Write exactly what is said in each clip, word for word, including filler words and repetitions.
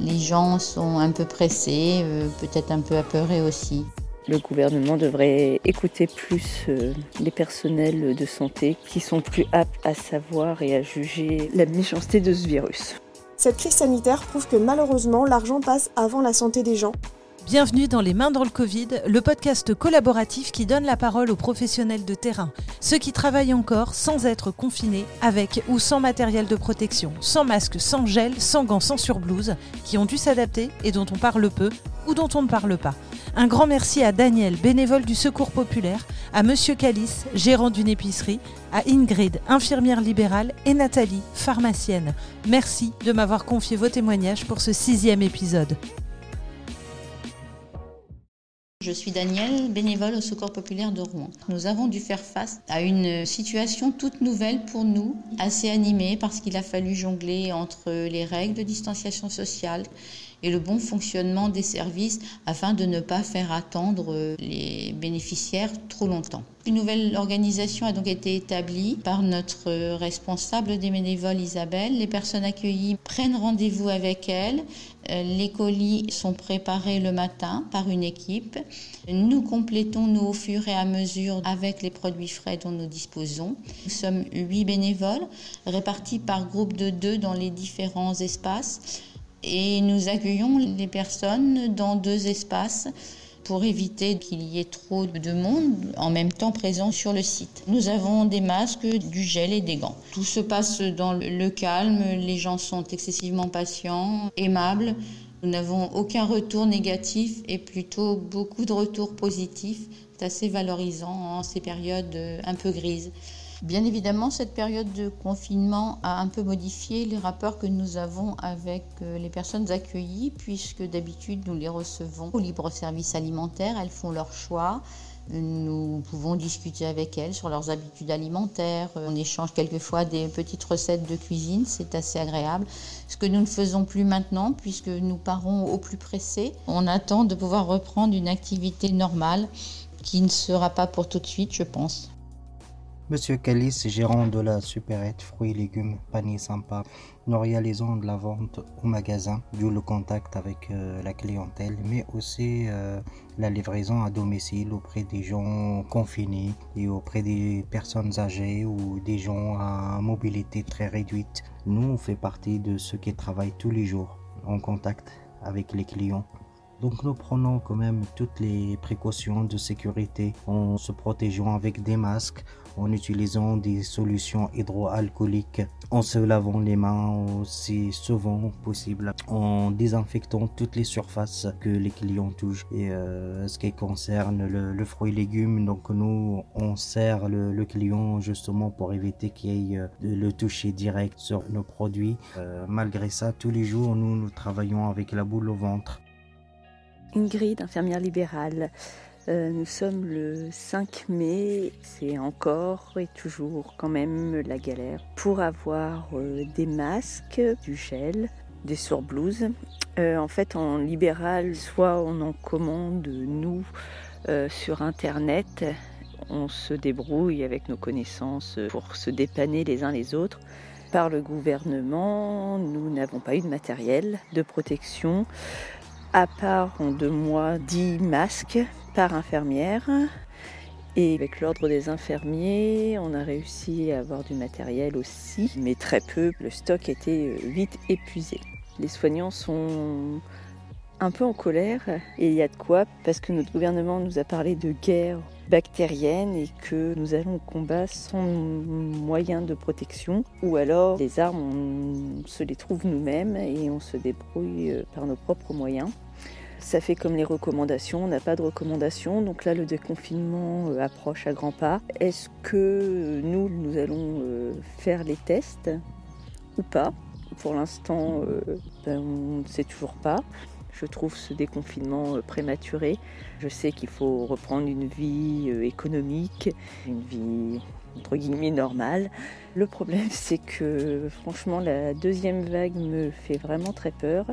Les gens sont un peu pressés, euh, peut-être un peu apeurés aussi. Le gouvernement devrait écouter plus euh, les personnels de santé qui sont plus aptes à savoir et à juger la méchanceté de ce virus. Cette crise sanitaire prouve que malheureusement, l'argent passe avant la santé des gens. Bienvenue dans Les Mains dans le Covid, le podcast collaboratif qui donne la parole aux professionnels de terrain, ceux qui travaillent encore sans être confinés, avec ou sans matériel de protection, sans masque, sans gel, sans gants, sans surblouse, qui ont dû s'adapter et dont on parle peu ou dont on ne parle pas. Un grand merci à Daniel, bénévole du Secours Populaire, à Monsieur Calice, gérant d'une épicerie, à Ingrid, infirmière libérale, et Nathalie, pharmacienne. Merci de m'avoir confié vos témoignages pour ce sixième épisode. Je suis Danielle, bénévole au Secours Populaire de Rouen. Nous avons dû faire face à une situation toute nouvelle pour nous, assez animée parce qu'il a fallu jongler entre les règles de distanciation sociale et le bon fonctionnement des services afin de ne pas faire attendre les bénéficiaires trop longtemps. Une nouvelle organisation a donc été établie par notre responsable des bénévoles Isabelle. Les personnes accueillies prennent rendez-vous avec elle. Les colis sont préparés le matin par une équipe. Nous complétons nous au fur et à mesure avec les produits frais dont nous disposons. Nous sommes huit bénévoles répartis par groupe de deux dans les différents espaces. Et nous accueillons les personnes dans deux espaces pour éviter qu'il y ait trop de monde en même temps présent sur le site. Nous avons des masques, du gel et des gants. Tout se passe dans le calme, les gens sont excessivement patients, aimables. Nous n'avons aucun retour négatif et plutôt beaucoup de retours positifs. C'est assez valorisant en ces périodes un peu grises. Bien évidemment, cette période de confinement a un peu modifié les rapports que nous avons avec les personnes accueillies, puisque d'habitude nous les recevons au libre service alimentaire, elles font leur choix. Nous pouvons discuter avec elles sur leurs habitudes alimentaires. On échange quelquefois des petites recettes de cuisine, c'est assez agréable. Ce que nous ne faisons plus maintenant, puisque nous partons au plus pressé. On attend de pouvoir reprendre une activité normale qui ne sera pas pour tout de suite, je pense. Monsieur Calice, gérant de la supérette fruits et légumes panier sympa. Nous réalisons de la vente au magasin, d'où le contact avec euh, la clientèle, mais aussi euh, la livraison à domicile auprès des gens confinés et auprès des personnes âgées ou des gens à mobilité très réduite. Nous, on fait partie de ceux qui travaillent tous les jours en contact avec les clients. Donc nous prenons quand même toutes les précautions de sécurité en se protégeant avec des masques, en utilisant des solutions hydroalcooliques, en se lavant les mains aussi souvent possible, en désinfectant toutes les surfaces que les clients touchent. Et euh, ce qui concerne le, le fruit et légumes, donc nous on sert le, le client justement pour éviter qu'il y ait euh, le toucher direct sur nos produits. Euh, malgré ça, tous les jours nous, nous travaillons avec la boule au ventre. Ingrid, infirmière libérale. Euh, nous sommes le cinq mai, c'est encore et toujours quand même la galère pour avoir euh, des masques, du gel, des surblouses. Euh, en fait, en libéral, soit on en commande nous euh, sur internet, on se débrouille avec nos connaissances pour se dépanner les uns les autres. Par le gouvernement, nous n'avons pas eu de matériel de protection. À part en deux mois, dix masques par infirmière. Et avec l'ordre des infirmiers, on a réussi à avoir du matériel aussi, mais très peu. Le stock était vite épuisé. Les soignants sont un peu en colère, et il y a de quoi, parce que notre gouvernement nous a parlé de guerre bactérienne et que nous allons au combat sans moyens de protection, ou alors les armes, on se les trouve nous-mêmes et on se débrouille par nos propres moyens. Ça fait comme les recommandations, on n'a pas de recommandations, donc là le déconfinement euh, approche à grands pas. Est-ce que nous, nous allons euh, faire les tests ou pas ? Pour l'instant, euh, ben, on ne sait toujours pas. Je trouve ce déconfinement euh, prématuré. Je sais qu'il faut reprendre une vie euh, économique, une vie entre guillemets normale. Le problème, c'est que franchement, la deuxième vague me fait vraiment très peur.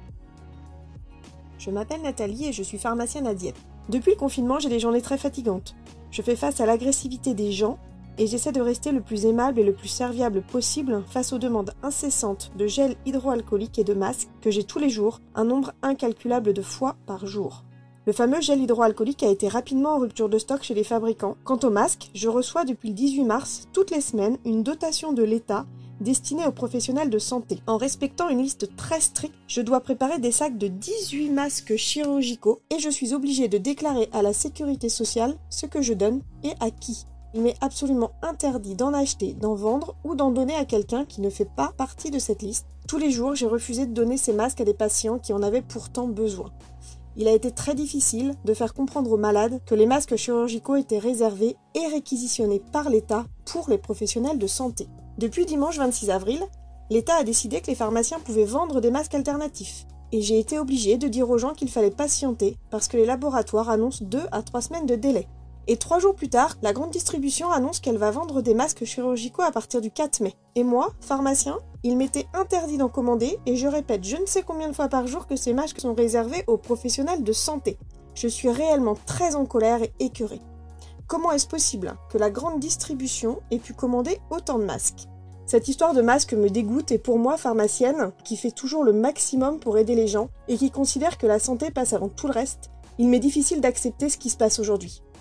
Je m'appelle Nathalie et je suis pharmacienne à Dieppe. Depuis le confinement, j'ai des journées très fatigantes. Je fais face à l'agressivité des gens, et j'essaie de rester le plus aimable et le plus serviable possible face aux demandes incessantes de gel hydroalcoolique et de masques que j'ai tous les jours, un nombre incalculable de fois par jour. Le fameux gel hydroalcoolique a été rapidement en rupture de stock chez les fabricants. Quant aux masques, je reçois depuis le dix-huit mars, toutes les semaines, une dotation de l'État destinée aux professionnels de santé. En respectant une liste très stricte, je dois préparer des sacs de dix-huit masques chirurgicaux et je suis obligée de déclarer à la sécurité sociale ce que je donne et à qui. Il m'est absolument interdit d'en acheter, d'en vendre ou d'en donner à quelqu'un qui ne fait pas partie de cette liste. Tous les jours, j'ai refusé de donner ces masques à des patients qui en avaient pourtant besoin. Il a été très difficile de faire comprendre aux malades que les masques chirurgicaux étaient réservés et réquisitionnés par l'État pour les professionnels de santé. Depuis dimanche vingt-six avril, l'État a décidé que les pharmaciens pouvaient vendre des masques alternatifs. Et j'ai été obligée de dire aux gens qu'il fallait patienter parce que les laboratoires annoncent deux à trois semaines de délai. Et trois jours plus tard, la grande distribution annonce qu'elle va vendre des masques chirurgicaux à partir du quatre mai. Et moi, pharmacien, il m'était interdit d'en commander et je répète je ne sais combien de fois par jour que ces masques sont réservés aux professionnels de santé. Je suis réellement très en colère et écœurée. Comment est-ce possible que la grande distribution ait pu commander autant de masques ? Cette histoire de masques me dégoûte et pour moi, pharmacienne, qui fait toujours le maximum pour aider les gens et qui considère que la santé passe avant tout le reste, il m'est difficile d'accepter ce qui se passe aujourd'hui.